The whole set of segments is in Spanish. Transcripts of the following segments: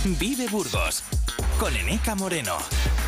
Vive Burgos con Eneca Moreno.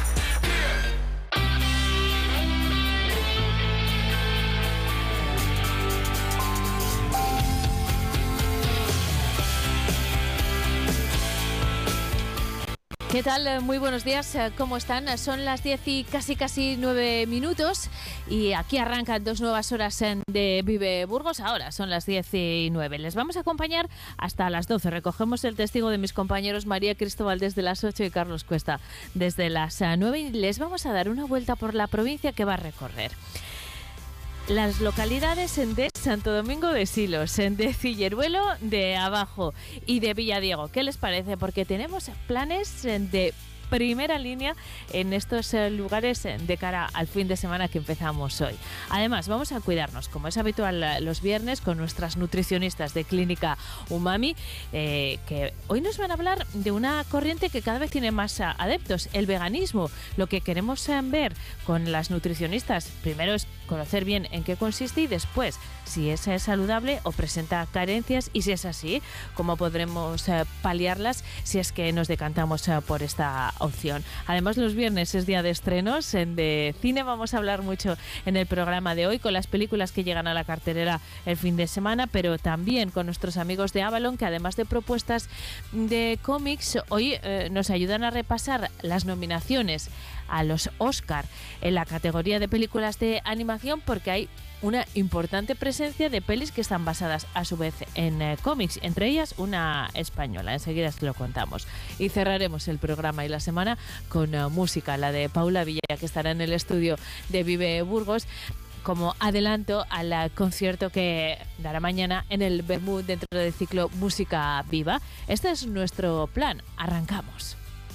¿Qué tal? Muy buenos días, ¿cómo están? Son las 10 y casi 9 minutos y aquí arrancan 2 nuevas horas de Vive Burgos. Ahora son las 10 y 9. Les vamos a acompañar hasta las 12. Recogemos el testigo de mis compañeros María Cristóbal desde las 8 y Carlos Cuesta desde las 9 y les vamos a dar una vuelta por la provincia que va a recorrer. Las localidades de Santo Domingo de Silos, de Cilleruelo de Abajo y de Villadiego. ¿Qué les parece? Porque tenemos planes de primera línea en estos lugares de cara al fin de semana que empezamos hoy. Además, vamos a cuidarnos, como es habitual los viernes, con nuestras nutricionistas de Clínica Umami, que hoy nos van a hablar de una corriente que cada vez tiene más adeptos, el veganismo. Lo que queremos ver con las nutricionistas, primero es conocer bien en qué consiste y después si es saludable o presenta carencias y si es así, cómo podremos paliarlas si es que nos decantamos por esta opción. Además, los viernes es día de estrenos. De cine vamos a hablar mucho en el programa de hoy con las películas que llegan a la cartelera el fin de semana, pero también con nuestros amigos de Avalon, que además de propuestas de cómics, hoy nos ayudan a repasar las nominaciones a los Oscar en la categoría de películas de animación, porque hay una importante presencia de pelis que están basadas a su vez en cómics, entre ellas una española. Enseguida os lo contamos. Y cerraremos el programa y la semana con música, la de Paula Villa, que estará en el estudio de Vive Burgos como adelanto al concierto que dará mañana en el Bermud dentro del ciclo Música Viva. Este es nuestro plan. Arrancamos.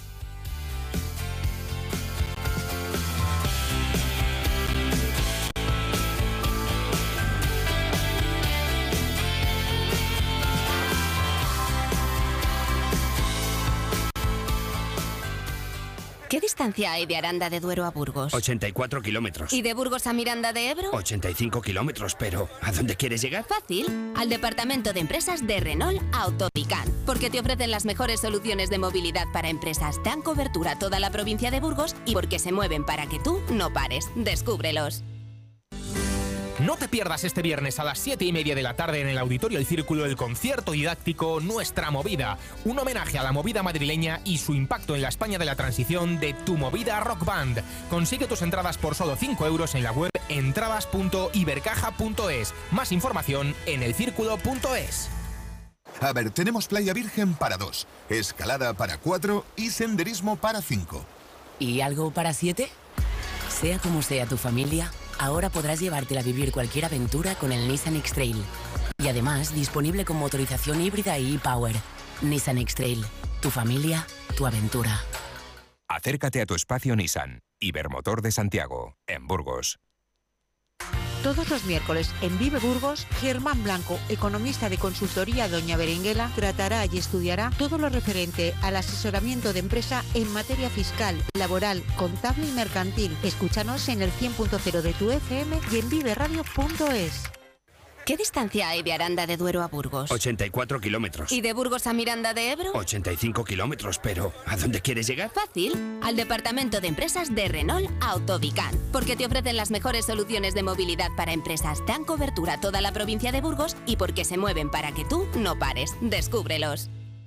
¿Qué distancia hay de Aranda de Duero a Burgos? 84 kilómetros. ¿Y de Burgos a Miranda de Ebro? 85 kilómetros, pero ¿a dónde quieres llegar? Fácil, al departamento de empresas de Renault Autopican, porque te ofrecen las mejores soluciones de movilidad para empresas, dan cobertura a toda la provincia de Burgos y porque se mueven para que tú no pares. Descúbrelos. No te pierdas este viernes a las 7:30 de la tarde en el Auditorio El Círculo el concierto didáctico Nuestra Movida, un homenaje a la movida madrileña y su impacto en la España de la transición de Tu Movida Rock Band. Consigue tus entradas por solo 5 euros en la web entradas.ibercaja.es. Más información en elcírculo.es. A ver, tenemos playa virgen para 2, escalada para 4 y senderismo para 5. ¿Y algo para 7? Sea como sea tu familia, ahora podrás llevártela a vivir cualquier aventura con el Nissan X-Trail. Y además, disponible con motorización híbrida y e-Power. Nissan X-Trail. Tu familia, tu aventura. Acércate a tu espacio Nissan. Ibermotor de Santiago, en Burgos. Todos los miércoles en Vive Burgos, Germán Blanco, economista de consultoría Doña Berenguela, tratará y estudiará todo lo referente al asesoramiento de empresa en materia fiscal, laboral, contable y mercantil. Escúchanos en el 100.0 de tu FM y en viveradio.es. ¿Qué distancia hay de Aranda de Duero a Burgos? 84 kilómetros. ¿Y de Burgos a Miranda de Ebro? 85 kilómetros, pero ¿a dónde quieres llegar? Fácil, al departamento de empresas de Renault Autopican, porque te ofrecen las mejores soluciones de movilidad para empresas, dan cobertura a toda la provincia de Burgos y porque se mueven para que tú no pares. Descúbrelos.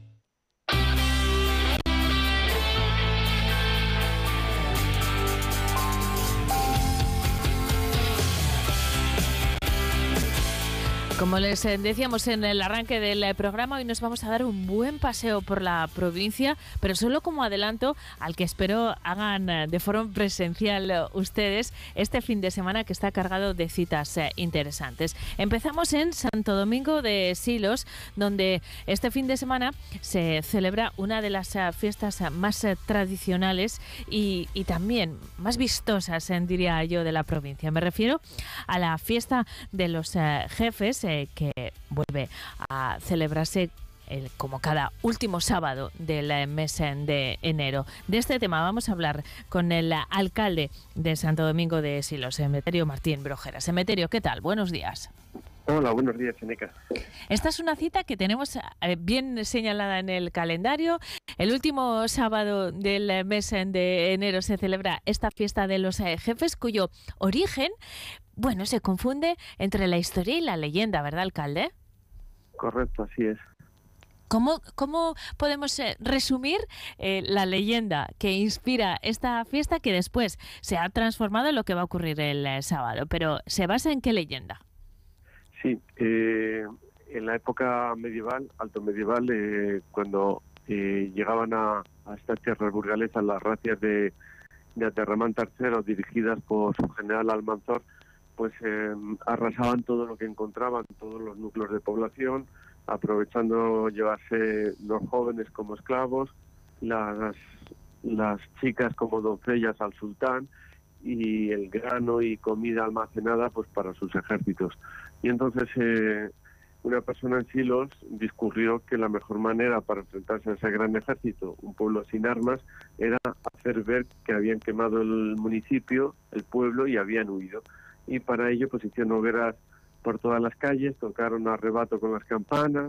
Como les decíamos en el arranque del programa, hoy nos vamos a dar un buen paseo por la provincia, pero solo como adelanto al que espero hagan de forma presencial ustedes este fin de semana, que está cargado de citas interesantes. Empezamos en Santo Domingo de Silos, donde este fin de semana se celebra una de las fiestas más tradicionales y también más vistosas, diría yo, de la provincia. Me refiero a la fiesta de los jefes, que vuelve a celebrarse como cada último sábado del mes de enero. De este tema vamos a hablar con el alcalde de Santo Domingo de Silos, Emeterio Martín Brojeras. Emeterio, ¿qué tal? Buenos días. Hola, buenos días, Eneca. Esta es una cita que tenemos bien señalada en el calendario. El último sábado del mes de enero se celebra esta fiesta de los jefes, cuyo origen, bueno, se confunde entre la historia y la leyenda, ¿verdad, alcalde? Correcto, así es. ¿Cómo podemos resumir la leyenda que inspira esta fiesta, que después se ha transformado en lo que va a ocurrir el sábado? Pero ¿se basa en qué leyenda? Sí, en la época medieval, alto medieval, cuando llegaban a estas tierras burgalesas las razias de Aterramán III, dirigidas por su general Almanzor, pues arrasaban todo lo que encontraban, todos los núcleos de población, aprovechando llevarse los jóvenes como esclavos, las chicas como doncellas al sultán, y el grano y comida almacenada pues para sus ejércitos. Y entonces una persona en Silos discurrió que la mejor manera para enfrentarse a ese gran ejército, un pueblo sin armas, era hacer ver que habían quemado el municipio, el pueblo, y habían huido. Y para ello pues hicieron hogueras por todas las calles, tocaron a rebato con las campanas,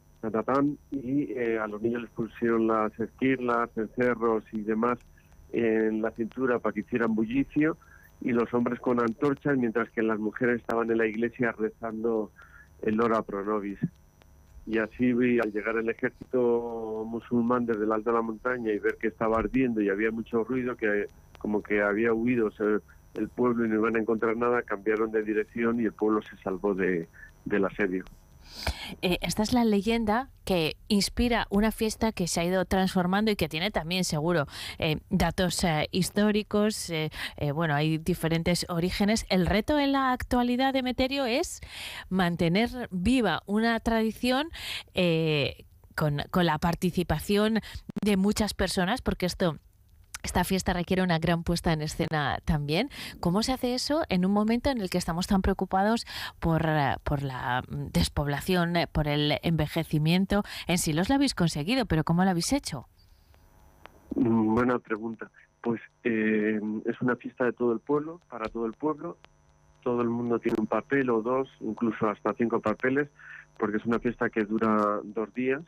y a los niños les pusieron las esquirlas, cencerros y demás en la cintura para que hicieran bullicio, y los hombres con antorchas, mientras que las mujeres estaban en la iglesia rezando el Ora Pro Nobis. Y así, al llegar el ejército musulmán desde el alto de la montaña y ver que estaba ardiendo y había mucho ruido, que como que había huido el pueblo y no iban a encontrar nada, cambiaron de dirección y el pueblo se salvó del asedio. Esta es la leyenda que inspira una fiesta que se ha ido transformando y que tiene también, seguro, datos históricos. Bueno, hay diferentes orígenes. El reto en la actualidad de Emeterio es mantener viva una tradición con la participación de muchas personas, porque esta fiesta requiere una gran puesta en escena también. ¿Cómo se hace eso en un momento en el que estamos tan preocupados por la despoblación, por el envejecimiento? En Silos lo habéis conseguido, pero ¿cómo lo habéis hecho? Buena pregunta. Pues es una fiesta de todo el pueblo, para todo el pueblo. Todo el mundo tiene un papel o dos, incluso hasta 5 papeles, porque es una fiesta que dura 2 días.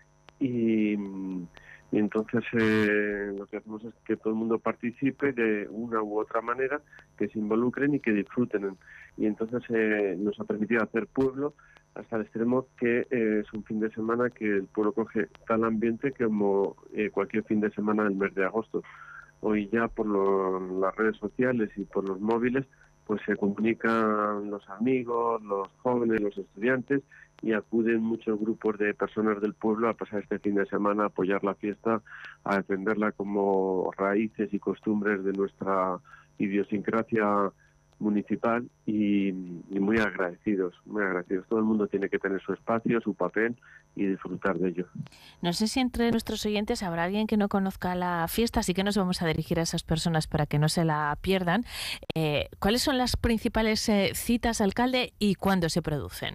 Y entonces lo que hacemos es que todo el mundo participe de una u otra manera, que se involucren y que disfruten. Y entonces nos ha permitido hacer pueblo hasta el extremo que es un fin de semana que el pueblo coge tal ambiente como cualquier fin de semana del mes de agosto. Hoy ya por las redes sociales y por los móviles pues se comunican los amigos, los jóvenes, los estudiantes, y acuden muchos grupos de personas del pueblo a pasar este fin de semana a apoyar la fiesta, a defenderla como raíces y costumbres de nuestra idiosincrasia municipal, y muy agradecidos, muy agradecidos. Todo el mundo tiene que tener su espacio, su papel y disfrutar de ello. No sé si entre nuestros oyentes habrá alguien que no conozca la fiesta, así que nos vamos a dirigir a esas personas para que no se la pierdan. ¿Cuáles son las principales citas, alcalde, y cuándo se producen?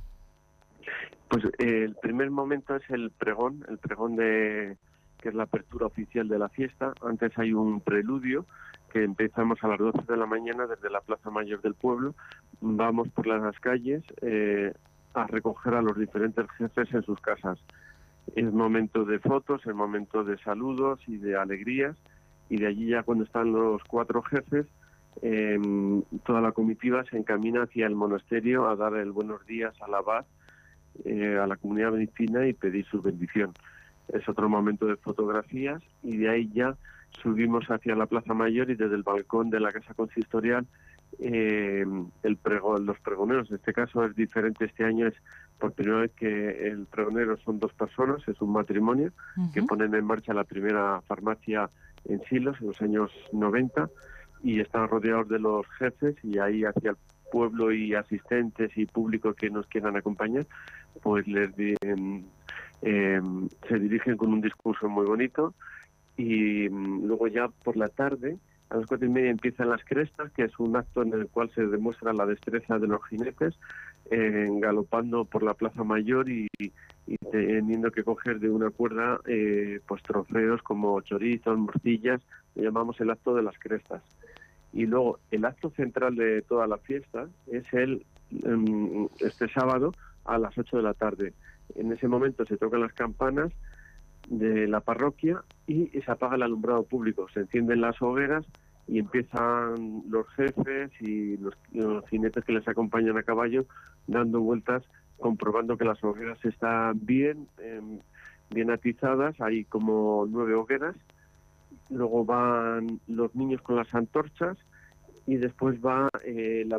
Pues el primer momento es el pregón que es la apertura oficial de la fiesta. Antes hay un preludio que empezamos a las 12 de la mañana desde la Plaza Mayor del pueblo. Vamos por las calles a recoger a los diferentes jefes en sus casas. Es momento de fotos, es momento de saludos y de alegrías, y de allí ya cuando están los 4 jefes, toda la comitiva se encamina hacia el monasterio a dar el buenos días al abad, a la comunidad benedictina, y pedir su bendición. Es otro momento de fotografías, y de ahí ya subimos hacia la Plaza Mayor, y desde el balcón de la Casa Consistorial los pregoneros. En este caso es diferente, este año es por primera vez que el pregonero son 2 personas, es un matrimonio, que ponen en marcha la primera farmacia en Silos en los años 90, y están rodeados de los jefes, y ahí hacia el pueblo y asistentes y público que nos quieran acompañar, pues se dirigen con un discurso muy bonito, y luego ya por la tarde, a las 4:30, empiezan las crestas, que es un acto en el cual se demuestra la destreza de los jinetes, galopando por la Plaza Mayor y teniendo que coger de una cuerda pues trofeos como chorizos, morcillas. Le llamamos el acto de las crestas. Y luego el acto central de toda la fiesta es el este sábado a las 8 de la tarde. En ese momento se tocan las campanas de la parroquia y se apaga el alumbrado público, se encienden las hogueras y empiezan los jefes y los jinetes que les acompañan a caballo dando vueltas, comprobando que las hogueras están bien atizadas. Hay como 9 hogueras, luego van los niños con las antorchas y después va la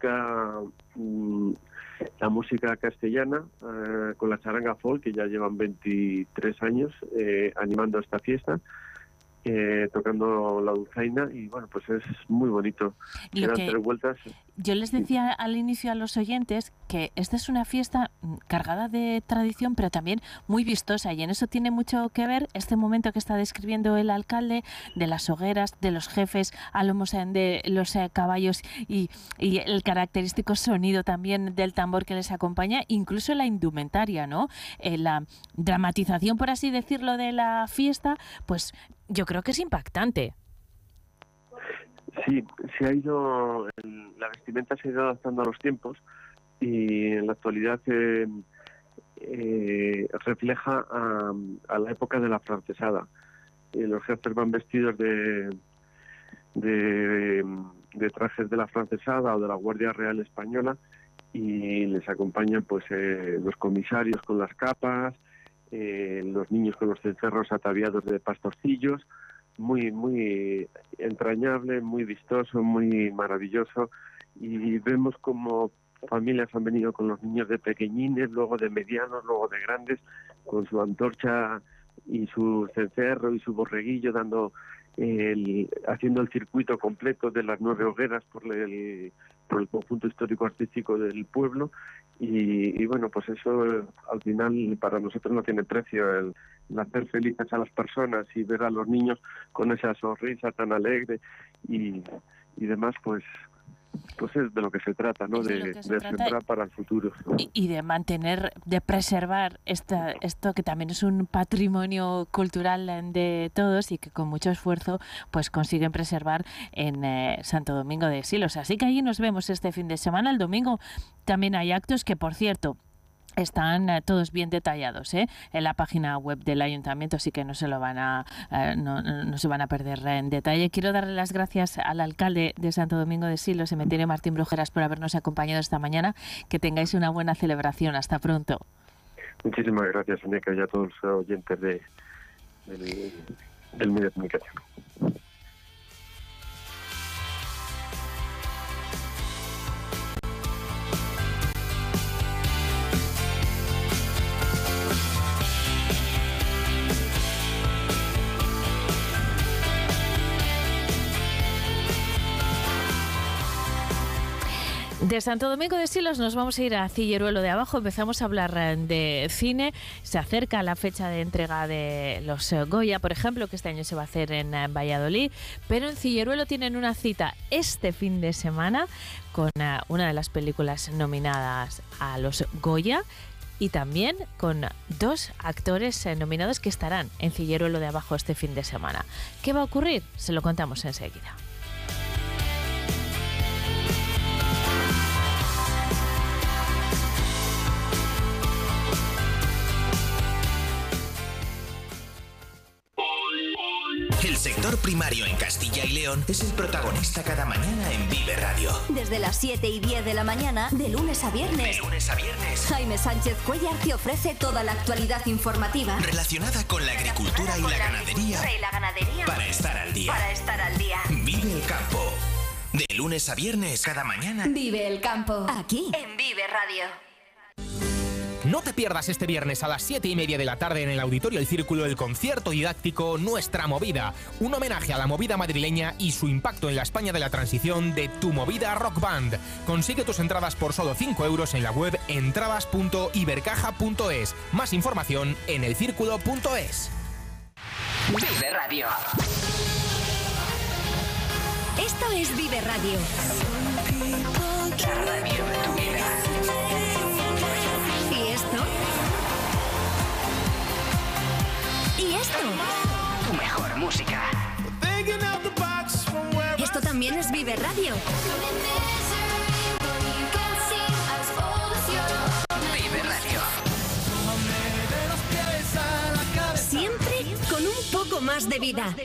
música castellana con la charanga folk, que ya llevan 23 años animando esta fiesta, tocando la dulzaina, y bueno, pues es muy bonito. Quedan 3 vueltas. Yo les decía al inicio a los oyentes que esta es una fiesta cargada de tradición, pero también muy vistosa, y en eso tiene mucho que ver este momento que está describiendo el alcalde, de las hogueras, de los jefes a lomos de los caballos y el característico sonido también del tambor que les acompaña, incluso la indumentaria, ¿no? La dramatización, por así decirlo, de la fiesta, pues yo creo que es impactante. Sí, la vestimenta se ha ido adaptando a los tiempos, y en la actualidad refleja a la época de la francesada. Los jefes van vestidos de trajes de la francesada o de la Guardia Real Española, y les acompañan pues los comisarios con las capas, los niños con los cencerros ataviados de pastorcillos. Muy entrañable, muy vistoso, muy maravilloso, y vemos como familias han venido con los niños de pequeñines, luego de medianos, luego de grandes, con su antorcha y su cencerro y su borreguillo, haciendo el circuito completo de las 9 hogueras por el conjunto histórico artístico del pueblo. Y bueno, pues eso al final para nosotros no tiene precio, el hacer felices a las personas y ver a los niños con esa sonrisa tan alegre y demás, pues es de lo que se trata, ¿no? De sembrar para el futuro, ¿no? Y de mantener, de preservar esto que también es un patrimonio cultural de todos, y que con mucho esfuerzo pues consiguen preservar en Santo Domingo de Silos. Así que allí nos vemos este fin de semana. El domingo también hay actos que, por cierto, están todos bien detallados en la página web del ayuntamiento, así que no se van a perder en detalle. Quiero darle las gracias al alcalde de Santo Domingo de Silos, Emeterio Martín Brujeras, por habernos acompañado esta mañana. Que tengáis una buena celebración. Hasta pronto. Muchísimas gracias, Soneca, y a todos los oyentes del medio de comunicación. De Santo Domingo de Silos nos vamos a ir a Cilleruelo de Abajo. Empezamos a hablar de cine. Se acerca la fecha de entrega de los Goya, por ejemplo, que este año se va a hacer en Valladolid. Pero en Cilleruelo tienen una cita este fin de semana con una de las películas nominadas a los Goya, y también con 2 actores nominados que estarán en Cilleruelo de Abajo este fin de semana. ¿Qué va a ocurrir? Se lo contamos enseguida. El sector primario en Castilla y León es el protagonista cada mañana en Vive Radio. Desde las 7:10 de la mañana, de lunes a viernes. Jaime Sánchez Cuellar te ofrece toda la actualidad informativa relacionada con la agricultura y la ganadería. Para estar al día. Vive el campo. De lunes a viernes cada mañana. Vive el campo. Aquí, en Vive Radio. No te pierdas este viernes a las 7:30 de la tarde en el Auditorio El Círculo el concierto didáctico Nuestra Movida, un homenaje a la movida madrileña y su impacto en la España de la transición de Tu Movida Rock Band. Consigue tus entradas por solo 5 euros en la web entradas.ibercaja.es. Más información en elcírculo.es. Vive Radio. Esto es Vive Radio. La radio de tu vida. ¿Y esto? ¿Y esto? Tu mejor música. Esto también es Vive Radio. más de vida.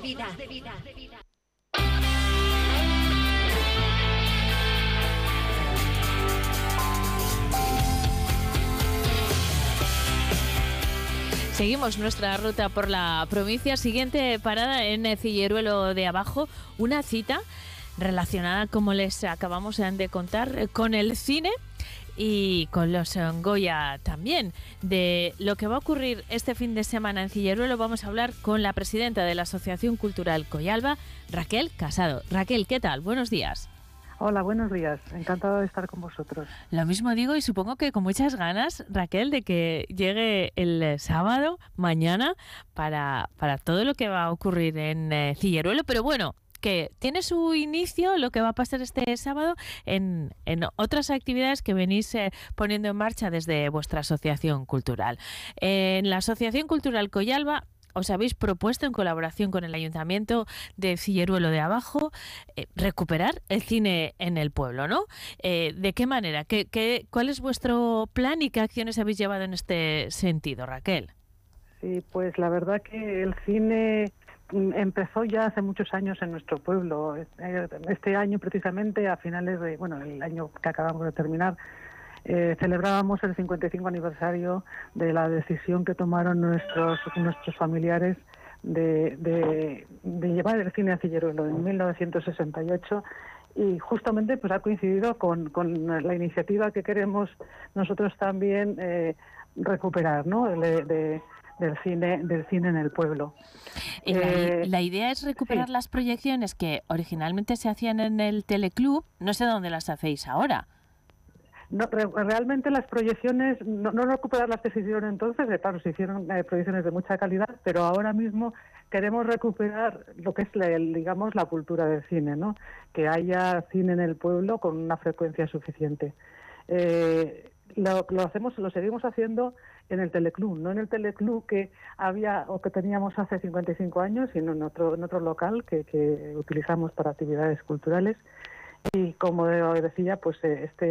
Seguimos nuestra ruta por la provincia. Siguiente parada en Cilleruelo de Abajo. Una cita relacionada, como les acabamos de contar, con el cine y con los Goya también. De lo que va a ocurrir este fin de semana en Cilleruelo vamos a hablar con la presidenta de la Asociación Cultural Coyalba, Raquel Casado. Raquel, ¿qué tal? Buenos días. Hola, buenos días. Encantado de estar con vosotros. Lo mismo digo, y supongo que con muchas ganas, Raquel, de que llegue el sábado, mañana, para todo lo que va a ocurrir en Cilleruelo. Pero bueno, que tiene su inicio lo que va a pasar este sábado en otras actividades que venís poniendo en marcha desde vuestra asociación cultural. En la Asociación Cultural Coyalba os habéis propuesto, en colaboración con el Ayuntamiento de Cilleruelo de Abajo, recuperar el cine en el pueblo, ¿no? ¿De qué manera? ¿Cuál es vuestro plan y qué acciones habéis llevado en este sentido, Raquel? Sí, pues la verdad que el cine empezó ya hace muchos años en nuestro pueblo. Este año, precisamente, a finales de, el año que acabamos de terminar, celebrábamos el 55 aniversario de la decisión que tomaron nuestros familiares de llevar el cine a Cilleruelo en 1968, y justamente pues ha coincidido con la iniciativa que queremos nosotros también recuperar, ¿no? Del cine en el pueblo. La idea es recuperar las proyecciones que originalmente se hacían en el Teleclub. No sé dónde las hacéis ahora. No, realmente las proyecciones, no recuperar las que se hicieron entonces, claro, se hicieron proyecciones de mucha calidad, pero ahora mismo queremos recuperar lo que es la cultura del cine, ¿no? Que haya cine en el pueblo con una frecuencia suficiente. Lo seguimos haciendo en el Teleclub, no en el Teleclub que había o que teníamos hace 55 años, sino en otro local que utilizamos para actividades culturales. Y como decía, pues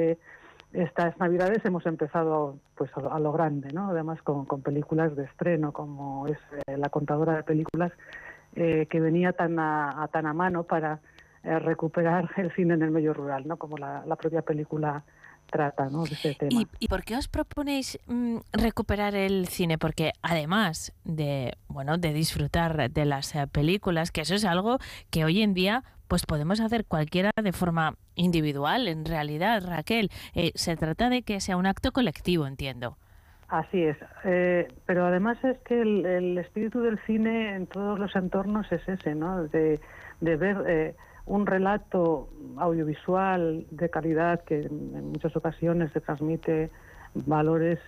estas Navidades hemos empezado pues a lo grande, ¿no? Además con películas de estreno, como es La contadora de películas, que venía tan a mano para recuperar el cine en el medio rural, ¿no? Como la propia película trata, ¿no? De ese tema. ¿Y por qué os proponéis recuperar el cine? Porque además de disfrutar de las películas, que eso es algo que hoy en día pues podemos hacer cualquiera de forma individual, en realidad, Raquel. Se trata de que sea un acto colectivo, entiendo. Así es, pero además es que el espíritu del cine en todos los entornos es ese, ¿no? De ver un relato audiovisual de calidad que en muchas ocasiones se transmite valores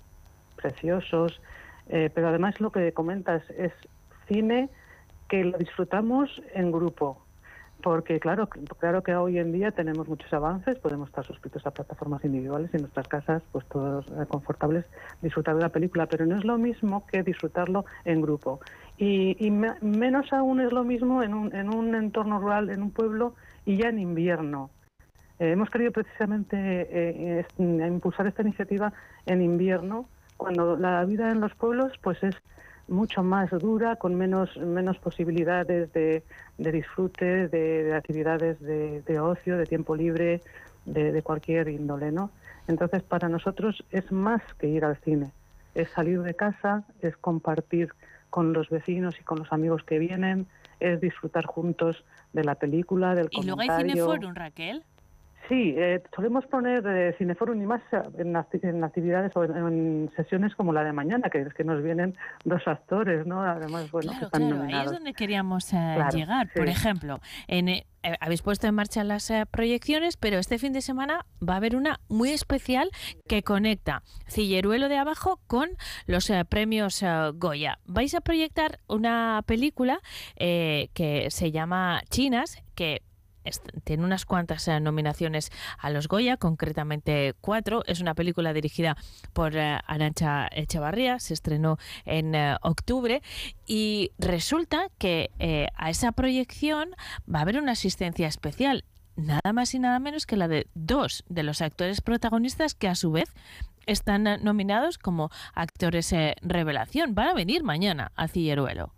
preciosos, pero además lo que comentas es cine que lo disfrutamos en grupo. Porque claro que hoy en día tenemos muchos avances, podemos estar suscritos a plataformas individuales y en nuestras casas, pues todos confortables, disfrutar de la película, pero no es lo mismo que disfrutarlo en grupo. Y menos aún es lo mismo en un entorno rural, en un pueblo, y ya en invierno. Hemos querido precisamente impulsar esta iniciativa en invierno, cuando la vida en los pueblos pues es mucho más dura, con menos posibilidades de disfrute, de actividades de ocio, de tiempo libre, de cualquier índole, ¿no? Entonces, para nosotros es más que ir al cine. Es salir de casa, es compartir con los vecinos y con los amigos que vienen, es disfrutar juntos de la película, del comentario. ¿Y luego hay Cineforum, Raquel? Sí, solemos poner Cineforum y más en actividades o en sesiones como la de mañana, que es que nos vienen dos actores, ¿no? Además, bueno, que están nominados. Ahí es donde queríamos llegar. Sí. Por ejemplo, habéis puesto en marcha las proyecciones, pero este fin de semana va a haber una muy especial que conecta Cilleruelo de Abajo con los premios Goya. Vais a proyectar una película que se llama Chinas, que tiene unas cuantas nominaciones a los Goya, concretamente 4. Es una película dirigida por Arantxa Echevarría, se estrenó en octubre, y resulta que a esa proyección va a haber una asistencia especial, nada más y nada menos que la de 2 de los actores protagonistas, que a su vez están nominados como actores revelación. Van a venir mañana a Cilleruelo.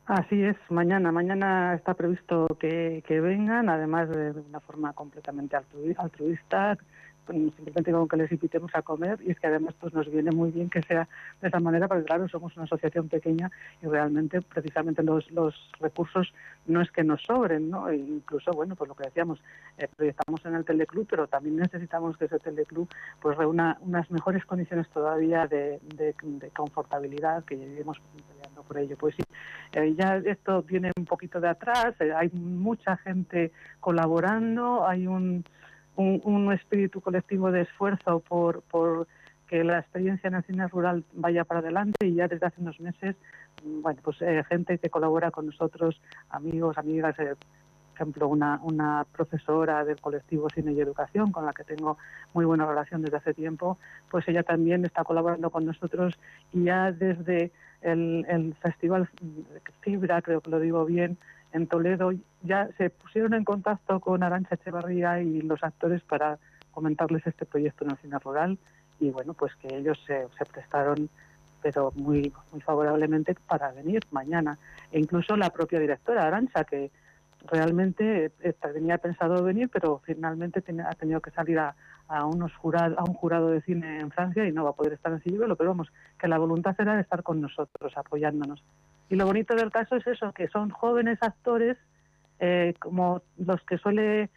Así es, mañana está previsto que vengan, además de una forma completamente altruista, simplemente con que les invitemos a comer, y es que además pues nos viene muy bien que sea de esa manera, porque claro, somos una asociación pequeña y realmente precisamente los recursos no es que nos sobren, ¿no? E incluso, bueno, pues lo que decíamos, proyectamos en el teleclub, pero también necesitamos que ese teleclub pues reúna unas mejores condiciones todavía de confortabilidad, que lleguemos peleando por ello. Pues sí, ya esto viene un poquito de atrás, hay mucha gente colaborando, hay un espíritu colectivo de esfuerzo por que la experiencia en el cine rural vaya para adelante, y ya desde hace unos meses, bueno, pues gente que colabora con nosotros, amigos, amigas, por ejemplo, una profesora del colectivo Cine y Educación, con la que tengo muy buena relación desde hace tiempo, pues ella también está colaborando con nosotros, y ya desde el Festival Fibra, creo que lo digo bien, en Toledo, ya se pusieron en contacto con Arantxa Echevarría y los actores para comentarles este proyecto en el cine rural, y bueno, pues que ellos se prestaron, pero muy favorablemente, para venir mañana. E incluso la propia directora, Arantxa, que realmente tenía pensado venir, pero finalmente ha tenido que salir a un jurado de cine en Francia y no va a poder estar en Civibelo, pero vamos, que la voluntad era de estar con nosotros, apoyándonos. Y lo bonito del caso es eso, que son jóvenes actores, como los que suele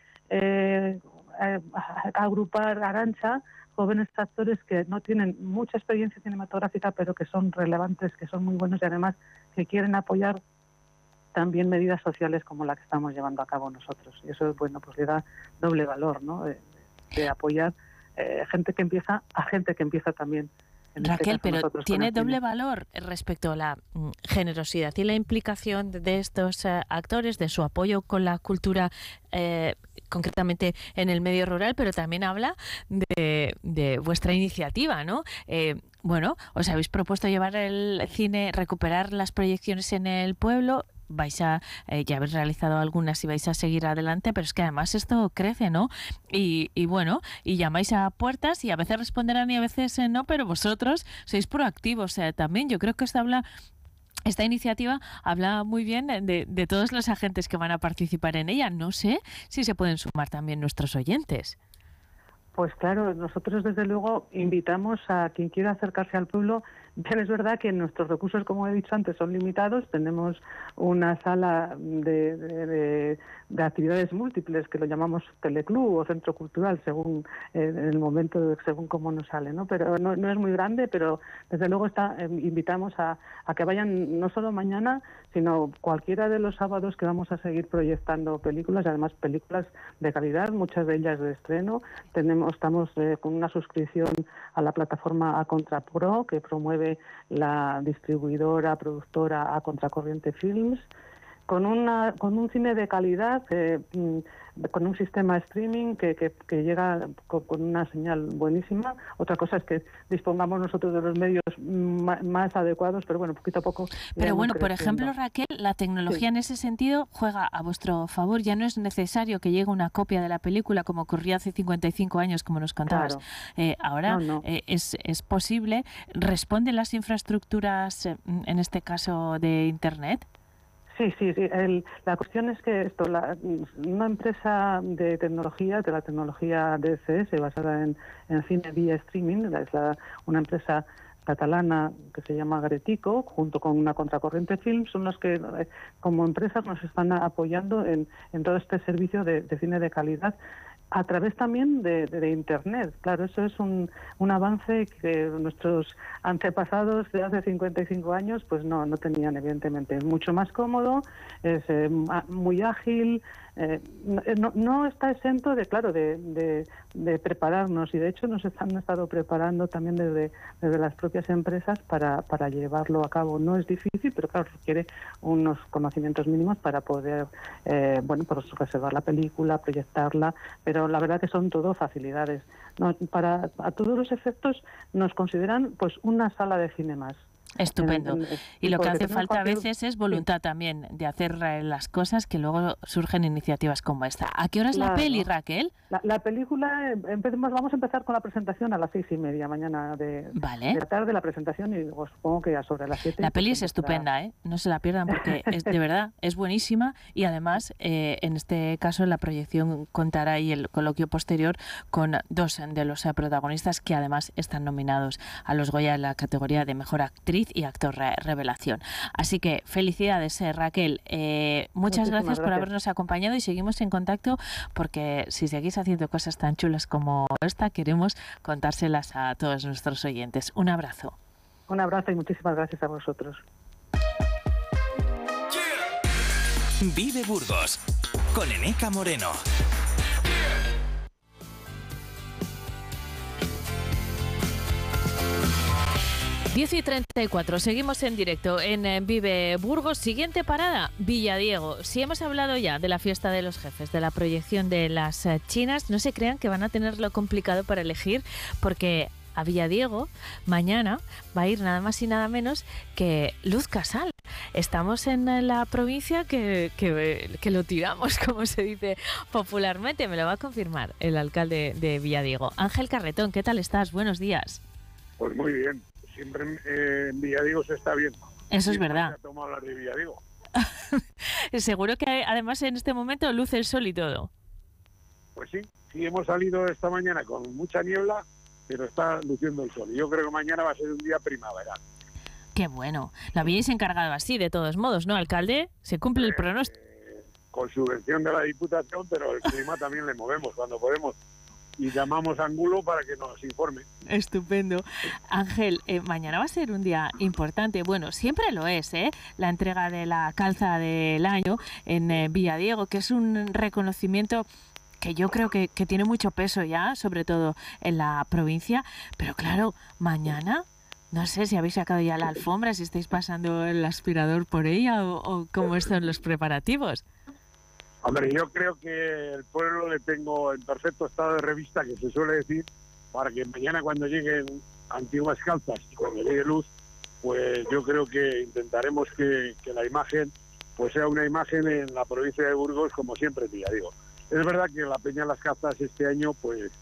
agrupar Arantxa, jóvenes actores que no tienen mucha experiencia cinematográfica, pero que son relevantes, que son muy buenos, y además que quieren apoyar también medidas sociales como la que estamos llevando a cabo nosotros. Y eso, bueno, pues le da doble valor, ¿no? De apoyar gente que empieza a gente que empieza también. Raquel, pero tiene doble valor respecto a la generosidad y la implicación de estos actores, de su apoyo con la cultura, concretamente en el medio rural, pero también habla de vuestra iniciativa, ¿no? Bueno, os habéis propuesto llevar el cine, recuperar las proyecciones en el pueblo. Ya habéis realizado algunas y vais a seguir adelante, pero es que además esto crece, ¿no? Y bueno, y llamáis a puertas y a veces responderán y a veces no, pero vosotros sois proactivos también. Yo creo que esta iniciativa habla muy bien de todos los agentes que van a participar en ella. No sé si se pueden sumar también nuestros oyentes. Pues claro, nosotros desde luego invitamos a quien quiera acercarse al pueblo. Bien, es verdad que nuestros recursos, como he dicho antes, son limitados. Tenemos una sala de actividades múltiples que lo llamamos teleclub o centro cultural, según en el momento, según cómo nos sale, ¿no? Pero no es muy grande, pero desde luego invitamos a que vayan no solo mañana, sino cualquiera de los sábados, que vamos a seguir proyectando películas, y además películas de calidad, muchas de ellas de estreno. Estamos con una suscripción a la plataforma A Contrapro, que promueve la distribuidora, productora A Contracorriente Films, con un cine de calidad, con un sistema streaming que llega con una señal buenísima. Otra cosa es que dispongamos nosotros de los medios más adecuados, pero bueno, poquito a poco. Pero bueno, por ejemplo, Raquel, la tecnología en ese sentido juega a vuestro favor. Ya no es necesario que llegue una copia de la película como ocurría hace 55 años, como nos contabas. Claro. Ahora no. Es posible. ¿Responden las infraestructuras, en este caso de Internet? Sí. La cuestión es que una empresa de tecnología, de la tecnología DCS, basada en cine vía streaming, una empresa catalana que se llama Gretico, junto con una Contracorriente Film, son los que como empresas nos están apoyando en todo este servicio de cine de calidad, a través también de Internet. Claro, eso es un avance que nuestros antepasados de hace 55 años pues no tenían, evidentemente. Es mucho más cómodo, es muy ágil, no está exento de prepararnos, y de hecho nos han estado preparando también desde las propias empresas para llevarlo a cabo. No es difícil, pero claro, requiere unos conocimientos mínimos para poder pues reservar la película, proyectarla, pero la verdad que son todo facilidades. A todos los efectos nos consideran pues una sala de cine más. Estupendo. Y lo que hace falta a veces es voluntad también de hacer las cosas, que luego surgen iniciativas como esta. ¿A qué hora es la peli, Raquel? La película, vamos a empezar con la presentación a las 6:30 mañana de la tarde, la presentación, y luego supongo que ya sobre las 7. La peli es estupenda, ¿eh? No se la pierdan porque de verdad es buenísima, y además en este caso la proyección contará, y el coloquio posterior, con 2 de los protagonistas que además están nominados a los Goya en la categoría de Mejor Actriz y Actor Revelación. Así que felicidades, Raquel. Muchas gracias por habernos acompañado, y seguimos en contacto, porque si seguís haciendo cosas tan chulas como esta, queremos contárselas a todos nuestros oyentes. Un abrazo. Un abrazo y muchísimas gracias a vosotros. Vive Burgos con Eneca Moreno. Diez y 34, seguimos en directo en Vive Burgos. Siguiente parada, Villadiego. Si hemos hablado ya de la fiesta de los jefes, de la proyección de las chinas, no se crean que van a tenerlo complicado para elegir, porque a Villadiego mañana va a ir nada más y nada menos que Luz Casal. Estamos en la provincia que lo tiramos, como se dice popularmente. Me lo va a confirmar el alcalde de Villadiego. Ángel Carretón, ¿qué tal estás? Buenos días. Pues muy bien. Siempre en Villadiego se está bien. Eso es verdad. Toma hablar de Villadiego. Seguro que además en este momento luce el sol y todo. Pues sí, hemos salido esta mañana con mucha niebla, pero está luciendo el sol. Y yo creo que mañana va a ser un día primaveral. Qué bueno. Lo habíais encargado así, de todos modos, ¿no, alcalde? ¿Se cumple el pronóstico? Con subvención de la Diputación, pero el clima también le movemos cuando podemos. Y llamamos a Angulo para que nos informe. Estupendo. Ángel, mañana va a ser un día importante. Bueno, siempre lo es, la entrega de la calza del año en Villadiego, que es un reconocimiento que yo creo que tiene mucho peso ya, sobre todo en la provincia. Pero claro, mañana, no sé si habéis sacado ya la alfombra, si estáis pasando el aspirador por ella o cómo están los preparativos. Hombre, yo creo que el pueblo le tengo en perfecto estado de revista, que se suele decir, para que mañana cuando lleguen antiguas calzas y cuando llegue Luz, pues yo creo que intentaremos que la imagen pues sea una imagen en la provincia de Burgos, como siempre digo. Es verdad que la Peña de las Calzas este año, pues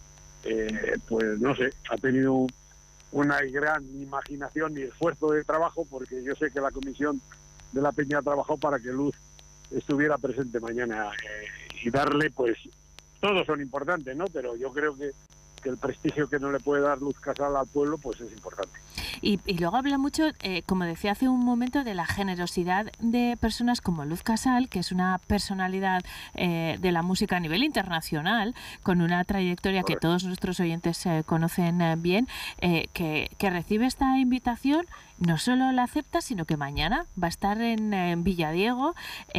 no sé, ha tenido una gran imaginación y esfuerzo de trabajo, porque yo sé que la comisión de la Peña ha trabajado para que Luz estuviera presente mañana y darle, pues, todos son importantes, ¿no? Pero yo creo que el prestigio que no le puede dar Luz Casal al pueblo, pues es importante. Y luego habla mucho, como decía hace un momento, de la generosidad de personas como Luz Casal, que es una personalidad de la música a nivel internacional, con una trayectoria que todos nuestros oyentes conocen bien, que recibe esta invitación, no solo la acepta, sino que mañana va a estar en Villadiego,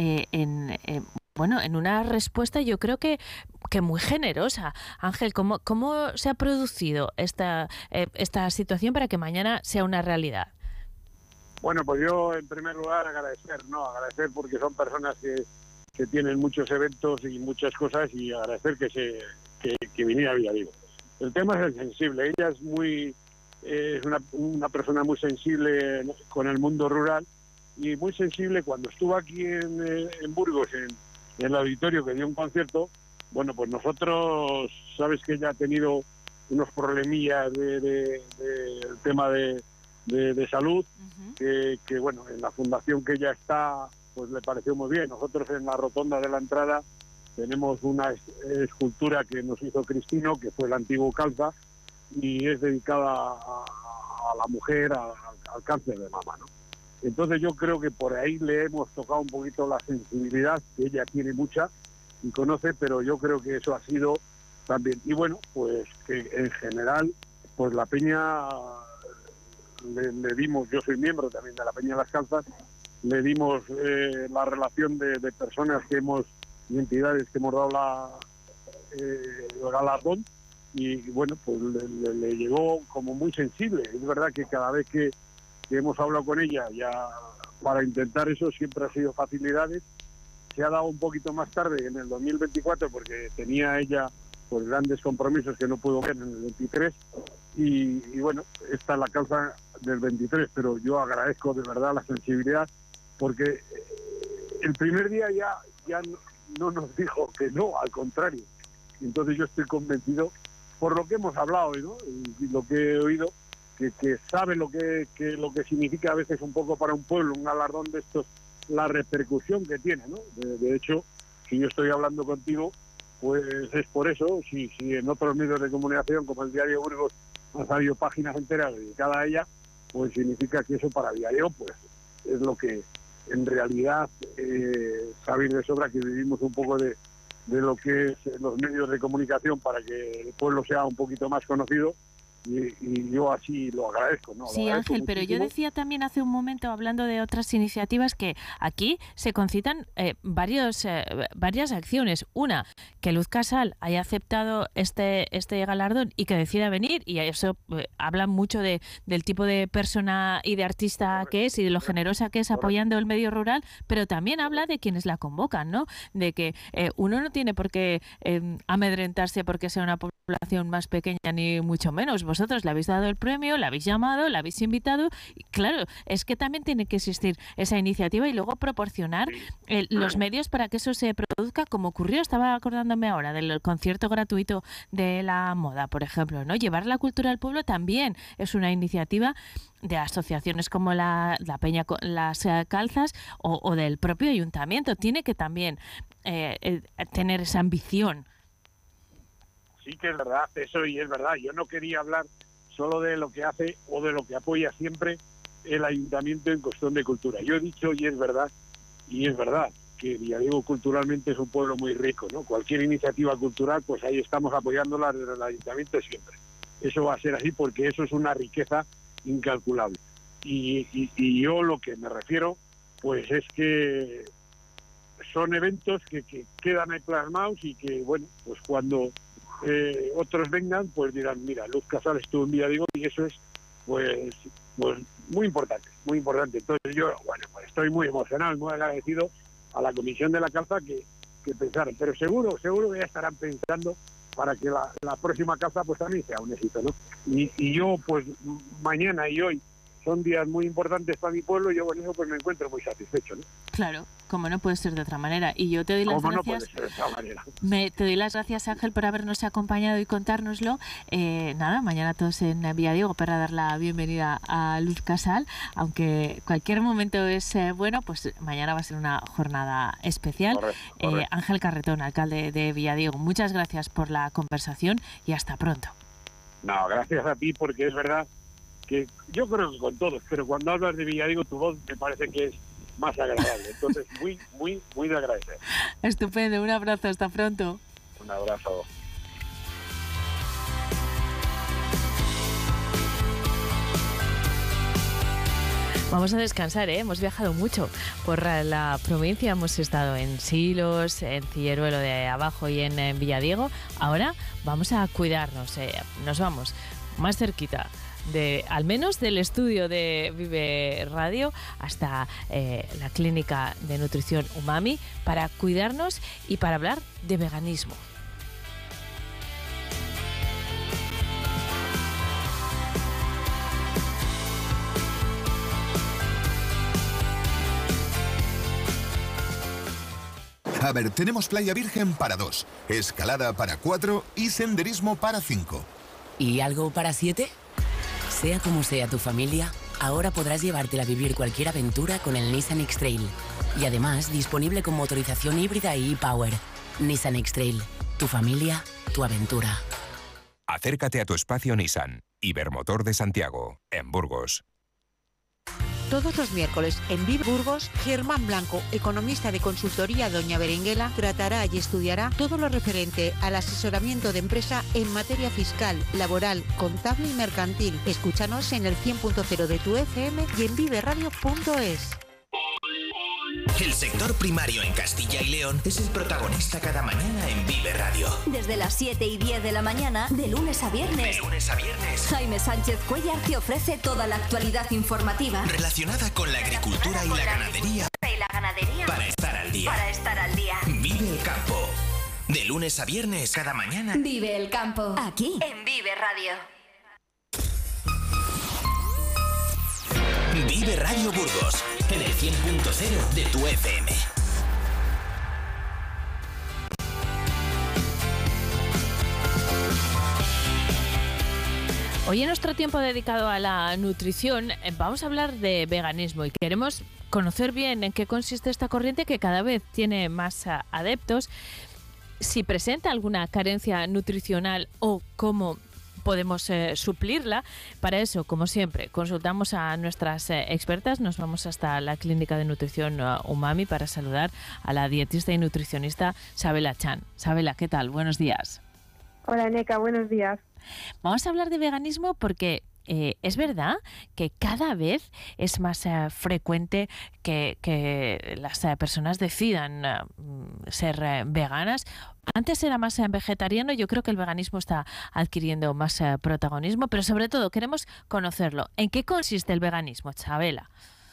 en una respuesta yo creo que muy generosa. Ángel, ¿cómo se ha producido esta situación para que mañana sea una realidad? Bueno, pues yo en primer lugar agradecer porque son personas que tienen muchos eventos y muchas cosas, y agradecer que viniera a Villadiego. El tema es el sensible. Ella es una persona muy sensible con el mundo rural, y muy sensible. Cuando estuvo aquí en Burgos, en el auditorio, que dio un concierto, bueno, pues nosotros, sabes que ella ha tenido unos problemillas del tema de salud, que bueno, en la fundación que ella está, pues le pareció muy bien. Nosotros en la rotonda de la entrada tenemos una escultura que nos hizo Cristino, que fue el antiguo calza, y es dedicada a la mujer, al cáncer de mama, ¿no? Entonces yo creo que por ahí le hemos tocado un poquito la sensibilidad, que ella tiene mucha y conoce, pero yo creo que eso ha sido también. Y bueno, pues que en general, pues la Peña le dimos, yo soy miembro también de la Peña de las Calzas, le dimos la relación de personas y entidades que hemos dado el galardón, y bueno, pues le llegó como muy sensible. Es verdad que cada vez que hemos hablado con ella ya para intentar eso, siempre ha sido facilidades. Se ha dado un poquito más tarde, en el 2024, porque tenía ella pues grandes compromisos que no pudo ver en el 23, y bueno, esta la calza del 23, pero yo agradezco de verdad la sensibilidad, porque el primer día ya no nos dijo que no, al contrario. Entonces yo estoy convencido, por lo que hemos hablado, ¿no? Y lo que he oído, que sabe lo que significa a veces un poco para un pueblo, un galardón de estos, la repercusión que tiene, ¿no? De hecho, si yo estoy hablando contigo, pues es por eso. Si en otros medios de comunicación, como el Diario Burgos, han salido páginas enteras dedicadas a ella, pues significa que eso para Villarejo, pues es lo que en realidad sabéis de sobra que vivimos un poco de lo que es los medios de comunicación para que el pueblo sea un poquito más conocido. Y yo así lo agradezco, ¿no? Sí, Ángel, pero yo decía también hace un momento, hablando de otras iniciativas, que aquí se concitan varias acciones. Una, que Luz Casal haya aceptado este galardón y que decida venir, y eso habla mucho del tipo de persona y de artista que es y de lo generosa que es apoyando el medio rural, pero también habla de quienes la convocan, ¿no? De que uno no tiene por qué amedrentarse porque sea una población más pequeña, ni mucho menos. Vosotros le habéis dado el premio, la habéis llamado, la habéis invitado, y claro, es que también tiene que existir esa iniciativa y luego proporcionar los medios para que eso se produzca, como ocurrió, estaba acordándome ahora, del concierto gratuito de la moda, por ejemplo, ¿no? Llevar la cultura al pueblo también es una iniciativa de asociaciones como la Peña Las Calzas o del propio ayuntamiento. Tiene que también tener esa ambición. Sí que es verdad eso, y es verdad. Yo no quería hablar solo de lo que hace o de lo que apoya siempre el ayuntamiento en cuestión de cultura. Yo he dicho, y es verdad, que Villarejo culturalmente es un pueblo muy rico, ¿no? Cualquier iniciativa cultural, pues ahí estamos apoyándola desde el ayuntamiento siempre. Eso va a ser así porque eso es una riqueza incalculable. Y yo lo que me refiero, pues es que son eventos que quedan ahí plasmados y que, bueno, pues cuando otros vengan, pues dirán, mira, Luz Casal estuvo en Villarejo, y eso es pues muy importante, muy importante. Entonces yo, bueno, pues estoy muy emocionado, muy agradecido a la Comisión de la Calza que pensaron, pero seguro que ya estarán pensando para que la próxima calza pues también sea un éxito, ¿no? Y yo, pues mañana y hoy son días muy importantes para mi pueblo, y yo con eso pues me encuentro muy satisfecho, ¿no? Claro, como no puede ser de otra manera. Y yo te doy las gracias. No puede ser de otra manera. Te doy las gracias, Ángel, por habernos acompañado y contárnoslo. Nada, mañana todos en Villarejo para dar la bienvenida a Luz Casal, aunque cualquier momento es bueno, pues mañana va a ser una jornada especial. Correcto. Ángel Carretón, alcalde de Villarejo, muchas gracias por la conversación y hasta pronto. No, gracias a ti, porque es verdad que yo creo que con todos, pero cuando hablas de Villarejo tu voz me parece que es más agradable. Entonces, muy de agradecer. Estupendo, un abrazo, hasta pronto. Un abrazo. Vamos a descansar, hemos viajado mucho por la provincia, hemos estado en Silos, en Cilleruelo de Abajo y en Villarejo. Ahora vamos a cuidarnos, nos vamos más cerquita, al menos del estudio de Vive Radio hasta la clínica de nutrición Umami, para cuidarnos y para hablar de veganismo. A ver, tenemos playa virgen para 2, escalada para 4 y senderismo para 5. ¿Y algo para 7? Sea como sea tu familia, ahora podrás llevártela a vivir cualquier aventura con el Nissan X-Trail. Y además, disponible con motorización híbrida y e-Power. Nissan X-Trail. Tu familia, tu aventura. Acércate a tu espacio Nissan. Ibermotor de Santiago, en Burgos. Todos los miércoles en Vive Burgos, Germán Blanco, economista de consultoría Doña Berenguela, tratará y estudiará todo lo referente al asesoramiento de empresa en materia fiscal, laboral, contable y mercantil. Escúchanos en el 100.0 de tu FM y en viveradio.es. El sector primario en Castilla y León es el protagonista cada mañana en Vive Radio. Desde las 7 y 10 de la mañana, de lunes a viernes. Jaime Sánchez Cuellar te ofrece toda la actualidad informativa relacionada con la agricultura y la ganadería. Para estar al día. Vive el campo. De lunes a viernes cada mañana. Vive el campo. Aquí en Vive Radio. Vive Radio Burgos, en el 100.0 de tu FM. Hoy en nuestro tiempo dedicado a la nutrición vamos a hablar de veganismo y queremos conocer bien en qué consiste esta corriente que cada vez tiene más adeptos, si presenta alguna carencia nutricional o cómo podemos suplirla. Para eso, como siempre, consultamos a nuestras expertas. Nos vamos hasta la Clínica de Nutrición Umami para saludar a la dietista y nutricionista Sabela Chan. Sabela, ¿qué tal? Buenos días. Hola, Neca, buenos días. Vamos a hablar de veganismo porque es verdad que cada vez es más frecuente que las personas decidan ser veganas. Antes era más vegetariano, yo creo que el veganismo está adquiriendo más protagonismo, pero sobre todo queremos conocerlo. ¿En qué consiste el veganismo, Sabela?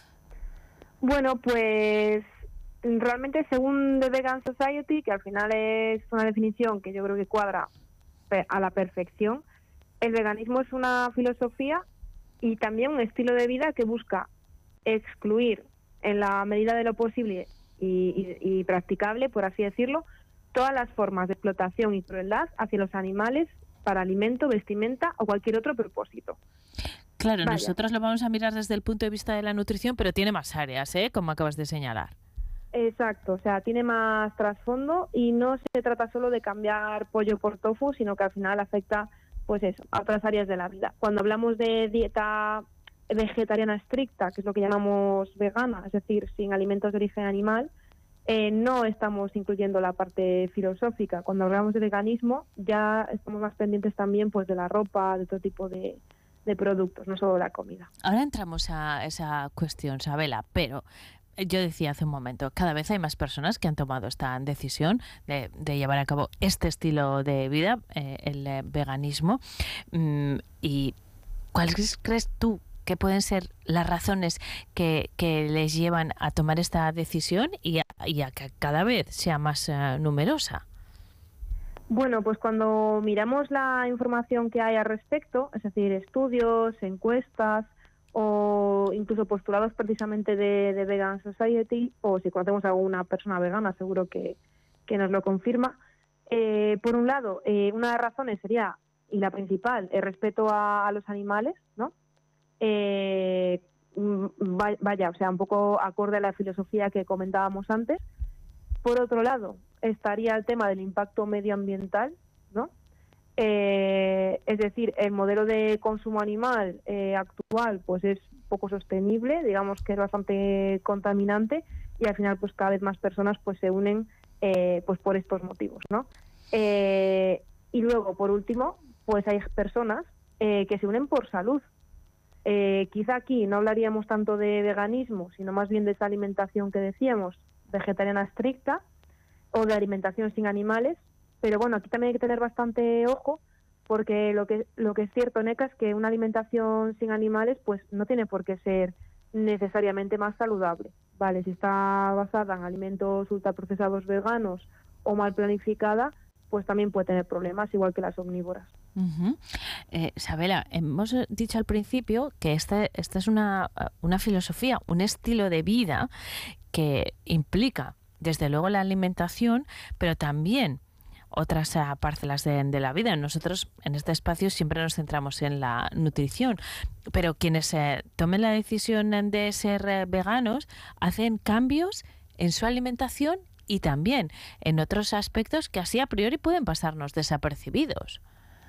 Bueno, pues realmente según The Vegan Society, que al final es una definición que yo creo que cuadra a la perfección, el veganismo es una filosofía y también un estilo de vida que busca excluir en la medida de lo posible y practicable, por así decirlo, todas las formas de explotación y crueldad hacia los animales para alimento, vestimenta o cualquier otro propósito. Claro, nosotros lo vamos a mirar desde el punto de vista de la nutrición, pero tiene más áreas, como acabas de señalar. Exacto, o sea, tiene más trasfondo y no se trata solo de cambiar pollo por tofu, sino que al final afecta, pues eso, a otras áreas de la vida. Cuando hablamos de dieta vegetariana estricta, que es lo que llamamos vegana, es decir, sin alimentos de origen animal, no estamos incluyendo la parte filosófica. Cuando hablamos de veganismo, ya estamos más pendientes también pues de la ropa, de todo tipo de productos, no solo la comida. Ahora entramos a esa cuestión, Sabela, pero yo decía hace un momento, cada vez hay más personas que han tomado esta decisión de llevar a cabo este estilo de vida, el veganismo. ¿Y cuáles crees tú que pueden ser las razones que les llevan a tomar esta decisión y a que cada vez sea más numerosa? Bueno, pues cuando miramos la información que hay al respecto, es decir, estudios, encuestas o incluso postulados precisamente de Vegan Society, o si conocemos a alguna persona vegana seguro que nos lo confirma. Por un lado, una de las razones sería, y la principal, el respeto a los animales, ¿no? O sea, un poco acorde a la filosofía que comentábamos antes. Por otro lado, estaría el tema del impacto medioambiental, ¿no? Es decir, el modelo de consumo animal actual pues es poco sostenible, digamos que es bastante contaminante y al final pues cada vez más personas pues se unen pues por estos motivos, ¿no? Y luego, por último, pues hay personas que se unen por salud. Quizá aquí no hablaríamos tanto de veganismo, sino más bien de esa alimentación que decíamos, vegetariana estricta o de alimentación sin animales. Pero bueno, aquí también hay que tener bastante ojo porque lo que es cierto, Neca, es que una alimentación sin animales pues no tiene por qué ser necesariamente más saludable, ¿vale? Si está basada en alimentos ultraprocesados veganos o mal planificada, pues también puede tener problemas, igual que las omnívoras. Uh-huh. Sabela, hemos dicho al principio que esta es una filosofía, un estilo de vida que implica, desde luego, la alimentación, pero también otras parcelas de la vida. Nosotros en este espacio siempre nos centramos en la nutrición, pero quienes tomen la decisión de ser veganos hacen cambios en su alimentación y también en otros aspectos que así a priori pueden pasarnos desapercibidos.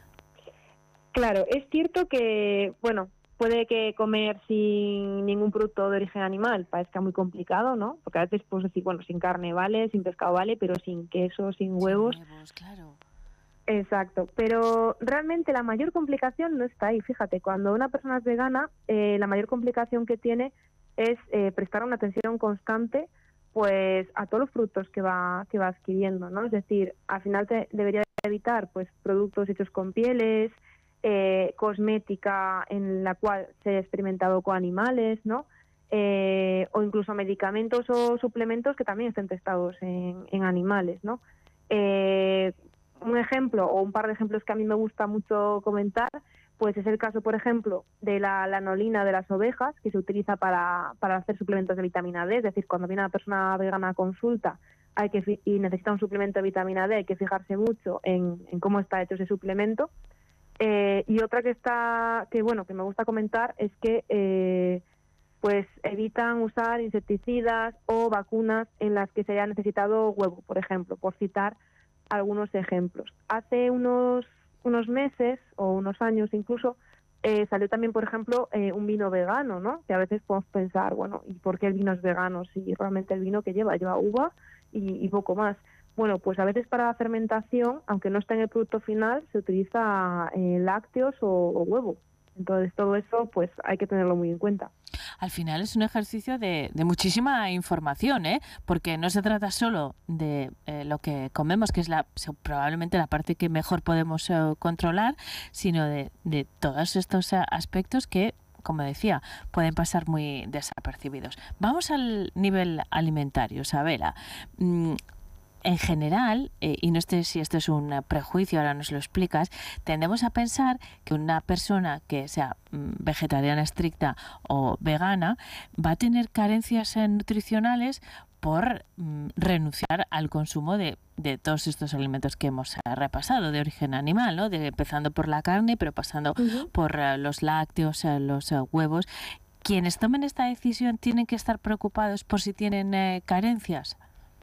Claro, es cierto que, bueno, puede que comer sin ningún producto de origen animal parezca muy complicado, ¿no? Porque a veces puedes decir, bueno, sin carne vale, sin pescado vale, pero sin queso, sin huevos. Sin huevos, claro. Exacto, pero realmente la mayor complicación no está ahí. Fíjate, cuando una persona es vegana, la mayor complicación que tiene es prestar una atención constante pues a todos los productos que va adquiriendo, ¿no? Es decir, al final debería evitar pues productos hechos con pieles, cosmética en la cual se ha experimentado con animales, ¿no? O incluso medicamentos o suplementos que también estén testados en animales, ¿no? Un ejemplo o un par de ejemplos que a mí me gusta mucho comentar, pues es el caso, por ejemplo, de la lanolina de las ovejas, que se utiliza para hacer suplementos de vitamina D. Es decir, cuando viene una persona vegana a consulta y necesita un suplemento de vitamina D, hay que fijarse mucho en cómo está hecho ese suplemento. Y otra que me gusta comentar es que pues evitan usar insecticidas o vacunas en las que se haya necesitado huevo, por ejemplo, por citar algunos ejemplos. Hace unos meses o unos años incluso salió también, por ejemplo, un vino vegano, ¿no? Que a veces podemos pensar, bueno, ¿y por qué el vino es vegano si realmente el vino que lleva uva y poco más? Bueno, pues a veces para la fermentación, aunque no esté en el producto final, se utiliza lácteos o huevo. Entonces todo eso pues hay que tenerlo muy en cuenta. Al final es un ejercicio de muchísima información, porque no se trata solo de lo que comemos, que es probablemente la parte que mejor podemos controlar, sino de todos estos aspectos que, como decía, pueden pasar muy desapercibidos. Vamos al nivel alimentario, Sabela. En general, y no sé si esto es un prejuicio, ahora nos lo explicas, tendemos a pensar que una persona que sea vegetariana estricta o vegana va a tener carencias nutricionales por renunciar al consumo de todos estos alimentos que hemos repasado de origen animal, ¿no? Empezando por la carne, pero pasando por los lácteos, los huevos. Quienes tomen esta decisión tienen que estar preocupados por si tienen carencias.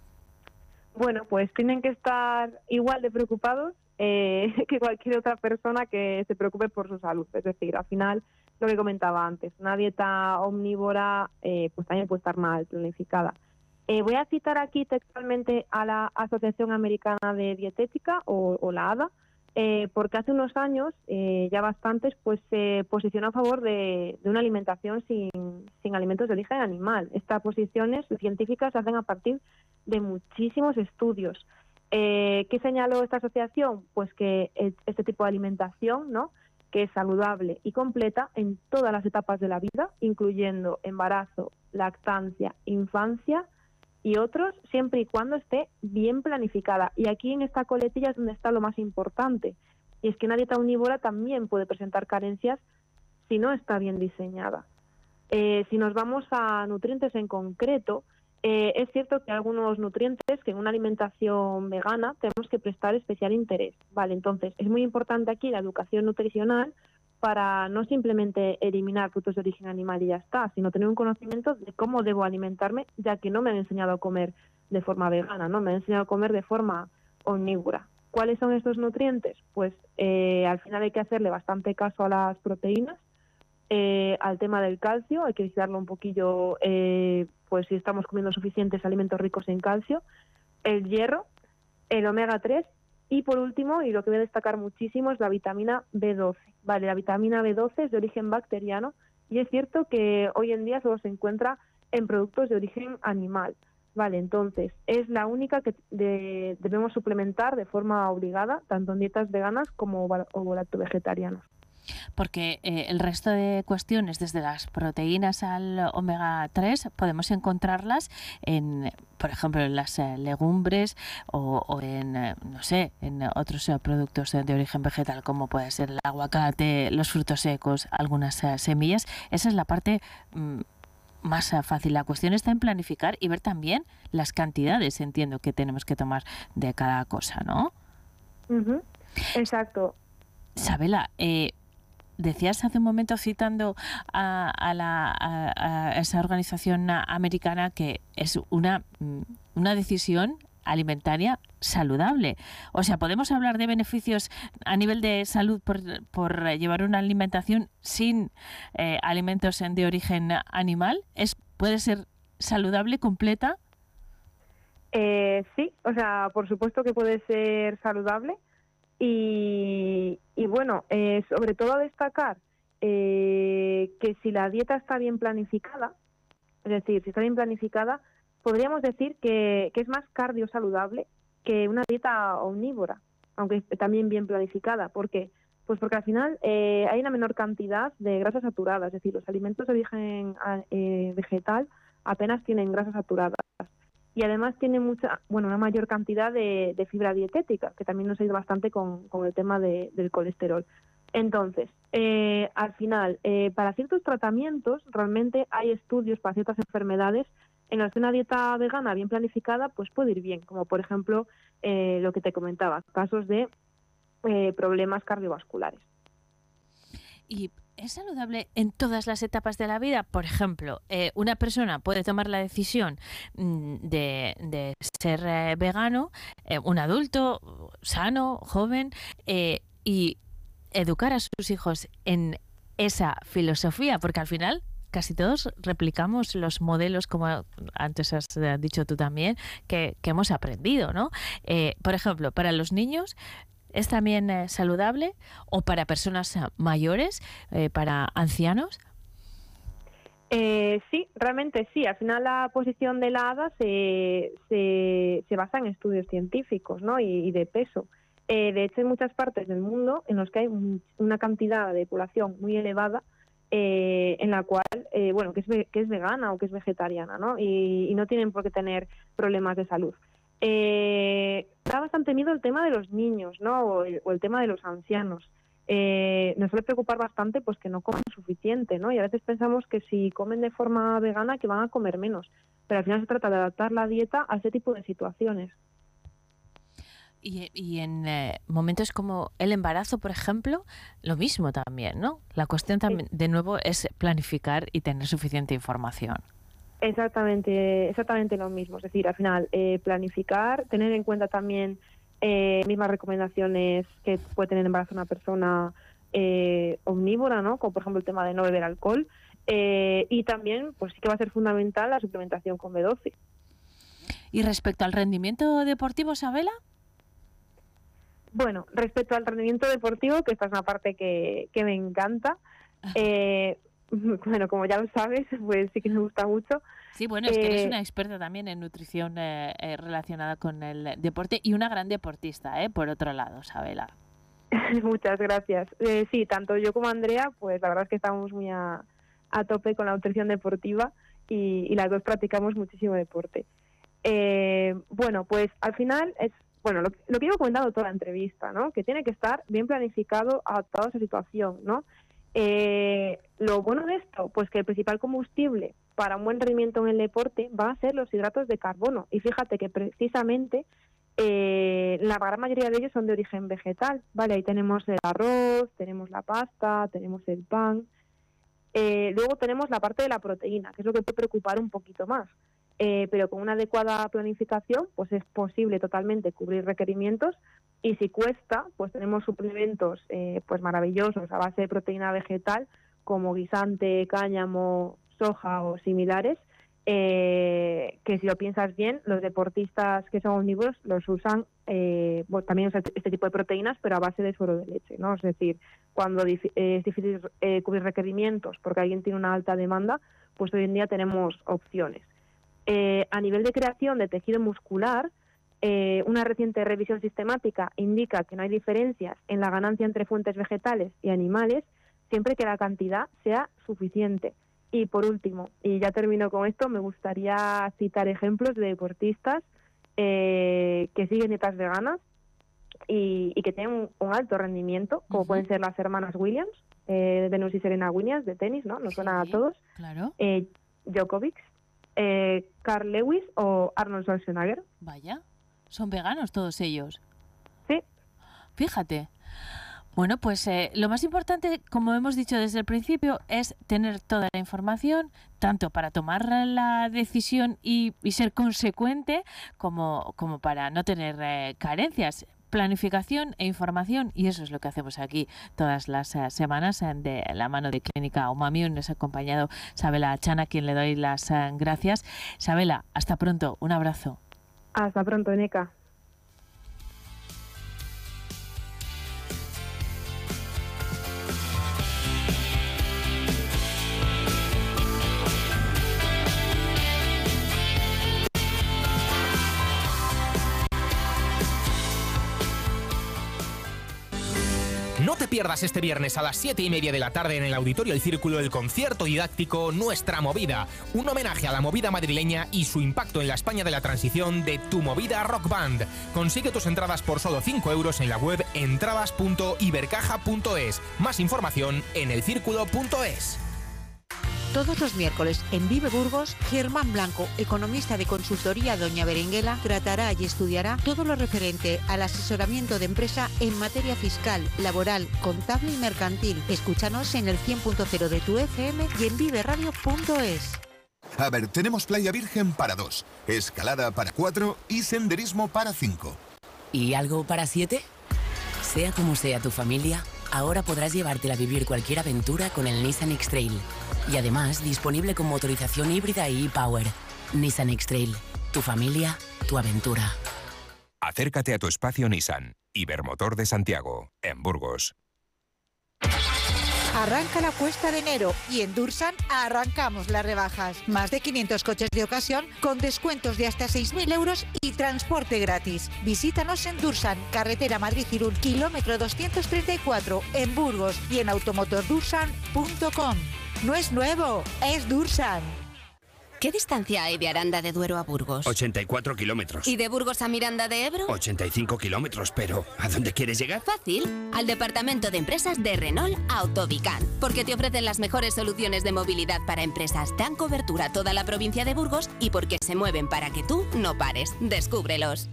Bueno, pues tienen que estar igual de preocupados que cualquier otra persona que se preocupe por su salud. Es decir, al final, lo que comentaba antes, una dieta omnívora pues también puede estar mal planificada. Voy a citar aquí textualmente a la Asociación Americana de Dietética, o la ADA, porque hace unos años, ya bastantes, pues se posicionó a favor de una alimentación sin alimentos de origen animal. Estas posiciones científicas se hacen a partir de muchísimos estudios. ¿Qué señaló esta asociación? Pues que este tipo de alimentación, ¿no?, que es saludable y completa en todas las etapas de la vida, incluyendo embarazo, lactancia, infancia y otros, siempre y cuando esté bien planificada. Y aquí en esta coletilla es donde está lo más importante, y es que una dieta omnívora también puede presentar carencias si no está bien diseñada. Si nos vamos a nutrientes en concreto, es cierto que hay algunos nutrientes que en una alimentación vegana tenemos que prestar especial interés. Vale, entonces es muy importante aquí la educación nutricional para no simplemente eliminar productos de origen animal y ya está, sino tener un conocimiento de cómo debo alimentarme, ya que no me han enseñado a comer de forma vegana, ¿no? Me han enseñado a comer de forma omnívora. ¿Cuáles son estos nutrientes? Pues al final hay que hacerle bastante caso a las proteínas, al tema del calcio, hay que vigilarlo un poquillo, pues si estamos comiendo suficientes alimentos ricos en calcio, el hierro, el omega 3 y por último, y lo que voy a destacar muchísimo, es la vitamina B12. Vale, la vitamina B12 es de origen bacteriano y es cierto que hoy en día solo se encuentra en productos de origen animal. Vale, entonces es la única que debemos suplementar de forma obligada, tanto en dietas veganas como lacto-vegetarianas. Porque el resto de cuestiones, desde las proteínas al omega 3, podemos encontrarlas en, por ejemplo, en las legumbres o en, no sé, en otros productos de origen vegetal, como puede ser el aguacate, los frutos secos, algunas semillas. Esa es la parte más fácil. La cuestión está en planificar y ver también las cantidades, entiendo, que tenemos que tomar de cada cosa, ¿no? Exacto. Sabela, decías hace un momento, citando a esa organización americana, que es una decisión alimentaria saludable. O sea, ¿podemos hablar de beneficios a nivel de salud por llevar una alimentación sin alimentos de origen animal? ¿Puede ser saludable, completa? Sí, o sea, por supuesto que puede ser saludable. Y bueno, sobre todo destacar que si la dieta está bien planificada, es decir, si está bien planificada, podríamos decir que es más cardiosaludable que una dieta omnívora, aunque también bien planificada. ¿Por qué? Pues porque al final hay una menor cantidad de grasas saturadas, es decir, los alimentos de origen vegetal apenas tienen grasas saturadas. Y además tiene una mayor cantidad de fibra dietética, que también nos ayuda bastante con el tema del colesterol. Entonces, al final, para ciertos tratamientos, realmente hay estudios para ciertas enfermedades en las que una dieta vegana bien planificada pues puede ir bien, como por ejemplo lo que te comentaba, casos de problemas cardiovasculares. ¿Y es saludable en todas las etapas de la vida? Por ejemplo, una persona puede tomar la decisión de ser vegano, un adulto sano, joven, y educar a sus hijos en esa filosofía, porque al final casi todos replicamos los modelos, como antes has dicho tú también, que hemos aprendido, ¿no? Por ejemplo, para los niños, ¿es también saludable? ¿O para personas mayores, para ancianos? Sí, realmente sí. Al final la posición de la ADA se basa en estudios científicos, ¿no? y de peso. De hecho, hay muchas partes del mundo en los que hay una cantidad de población muy elevada en la cual, que es vegana o que es vegetariana, ¿no? Y no tienen por qué tener problemas de salud. Da bastante miedo el tema de los niños, ¿no? O el tema de los ancianos. Nos suele preocupar bastante pues que no comen suficiente, ¿no? Y a veces pensamos que si comen de forma vegana que van a comer menos. Pero al final se trata de adaptar la dieta a ese tipo de situaciones. Y en momentos como el embarazo, por ejemplo, lo mismo también, ¿no? La cuestión también, de nuevo, es planificar y tener suficiente información. Exactamente lo mismo. Es decir, al final, planificar, tener en cuenta también mismas recomendaciones que puede tener embarazo una persona omnívora, ¿no? Como por ejemplo el tema de no beber alcohol. Y también, pues sí que va a ser fundamental la suplementación con B12. ¿Y respecto al rendimiento deportivo, Sabela? Bueno, respecto al rendimiento deportivo, que esta es una parte que me encanta, bueno, como ya lo sabes, pues sí que me gusta mucho. Sí, bueno, es que eres una experta también en nutrición relacionada con el deporte y una gran deportista, por otro lado, Sabela. Muchas gracias. Sí, tanto yo como Andrea, pues la verdad es que estamos muy a tope con la nutrición deportiva y las dos practicamos muchísimo deporte. Bueno, pues al final es lo que he comentado toda la entrevista, ¿no? Que tiene que estar bien planificado, adaptado a esa situación, ¿no? Lo bueno de esto, pues que el principal combustible para un buen rendimiento en el deporte va a ser los hidratos de carbono. Y fíjate que precisamente la gran mayoría de ellos son de origen vegetal, ¿vale? Ahí tenemos el arroz, tenemos la pasta, tenemos el pan. Luego tenemos la parte de la proteína, que es lo que puede preocupar un poquito más. Pero con una adecuada planificación pues es posible totalmente cubrir requerimientos, y si cuesta pues tenemos suplementos pues maravillosos a base de proteína vegetal como guisante, cáñamo, soja o similares, que si lo piensas bien, los deportistas que son omnívoros los usan también este tipo de proteínas, pero a base de suero de leche, ¿no? Es decir, cuando es difícil cubrir requerimientos porque alguien tiene una alta demanda, pues hoy en día tenemos opciones. A nivel de creación de tejido muscular, una reciente revisión sistemática indica que no hay diferencias en la ganancia entre fuentes vegetales y animales, siempre que la cantidad sea suficiente. Y por último, y ya termino con esto, me gustaría citar ejemplos de deportistas que siguen dietas veganas y que tienen un alto rendimiento, como pueden ser las hermanas Williams, Venus y Serena Williams, de tenis, ¿no? Nos suena a todos. Claro. Djokovic, Carl Lewis o Arnold Schwarzenegger. Vaya, son veganos todos ellos. Sí. Fíjate. Bueno, pues lo más importante, como hemos dicho desde el principio, es tener toda la información, tanto para tomar la decisión y ser consecuente, como para no tener carencias. Planificación e información, y eso es lo que hacemos aquí todas las semanas de la mano de Clínica Umami. Nos ha acompañado Sabela Chan, a quien le doy las gracias. Sabela, hasta pronto, un abrazo. Hasta pronto, Neca. No te pierdas este viernes a las 7:30 de la tarde en el Auditorio El Círculo el concierto didáctico Nuestra Movida, un homenaje a la movida madrileña y su impacto en la España de la transición de Tu Movida Rock Band. Consigue tus entradas por solo 5 euros en la web entradas.ibercaja.es. Más información en elcírculo.es. Todos los miércoles en Vive Burgos, Germán Blanco, economista de consultoría Doña Berenguela, tratará y estudiará todo lo referente al asesoramiento de empresa en materia fiscal, laboral, contable y mercantil. Escúchanos en el 100.0 de tu FM y en viveradio.es. A ver, tenemos playa virgen para 2, escalada para 4 y senderismo para 5. ¿Y algo para 7? Sea como sea tu familia, ahora podrás llevártela a vivir cualquier aventura con el Nissan X-Trail. Y además, disponible con motorización híbrida y e-Power. Nissan X-Trail. Tu familia, tu aventura. Acércate a tu espacio Nissan. Ibermotor de Santiago, en Burgos. Arranca la cuesta de enero y en Dursan arrancamos las rebajas. Más de 500 coches de ocasión con descuentos de hasta 6.000 euros y transporte gratis. Visítanos en Dursan, carretera Madrid-Irún, kilómetro 234, en Burgos y en automotordursan.com. No es nuevo, es Dursan. ¿Qué distancia hay de Aranda de Duero a Burgos? 84 kilómetros. ¿Y de Burgos a Miranda de Ebro? 85 kilómetros, pero ¿a dónde quieres llegar? Fácil, al departamento de empresas de Renault Autovican, porque te ofrecen las mejores soluciones de movilidad para empresas, dan cobertura a toda la provincia de Burgos y porque se mueven para que tú no pares. Descúbrelos.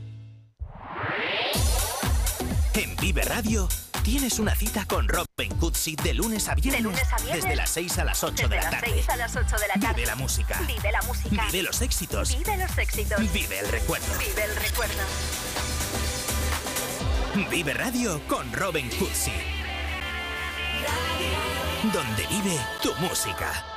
En Vive Radio tienes una cita con Robin Cootsy de lunes a viernes, desde las 6 a las 8 de la tarde. Vive la música. Vive los éxitos. Vive el recuerdo. Vive Radio con Robin Cootsy. Donde vive tu música.